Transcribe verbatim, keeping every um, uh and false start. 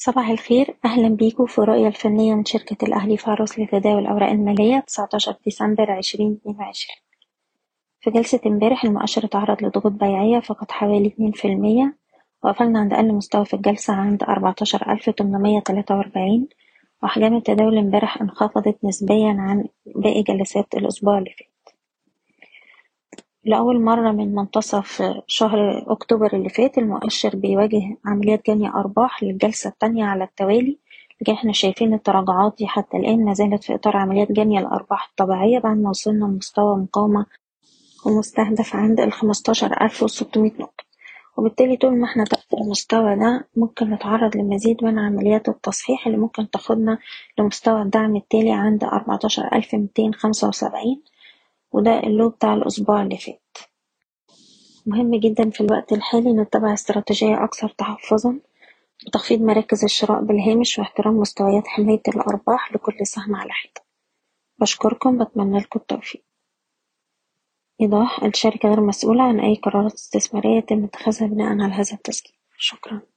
صباح الخير، أهلا بيكم في الرؤية الفنية من شركة الأهلي فارس لتداول الأوراق المالية تسعتاشر ديسمبر عشرين اتنين وعشرين. في جلسة امبارح المؤشر اتعرض لضغوط بيعية فقط حوالي اتنين في المية، وقفلنا عند أقل مستوى في الجلسة عند أربعتاشر ألف تمنمية تلاتة وأربعين، وأحجام التداول امبارح انخفضت نسبيا عن باقي جلسات الأسبوع اللي فات. لأول مرة من منتصف شهر أكتوبر اللي فات المؤشر بيواجه عمليات جني أرباح للجلسة التانية على التوالي، لكن احنا شايفين التراجعات دي حتى الآن ما زالت في إطار عمليات جني الأرباح الطبيعية بعد ما وصلنا لمستوى مقاومة ومستهدف عند الخمستاشر ألف وستمية نقطة، وبالتالي طول ما احنا تحت المستوى ده ممكن نتعرض لمزيد من عمليات التصحيح اللي ممكن تاخدنا لمستوى الدعم التالي عند أربعتاشر ألف ميتين خمسة وسبعين، وده اللو بتاع الأسبوع اللي فات. مهم جدا في الوقت الحالي نتبع استراتيجية أكثر تحفظا وتخفيض مراكز الشراء بالهامش واحترام مستويات حماية الأرباح لكل سهم على حدة. بشكركم، بتمنى لكم التوفيق. إيضاح: الشركة غير مسؤولة عن أي قرارات استثمارية يتم اتخاذها بناء على هذا التسجيل. شكرا.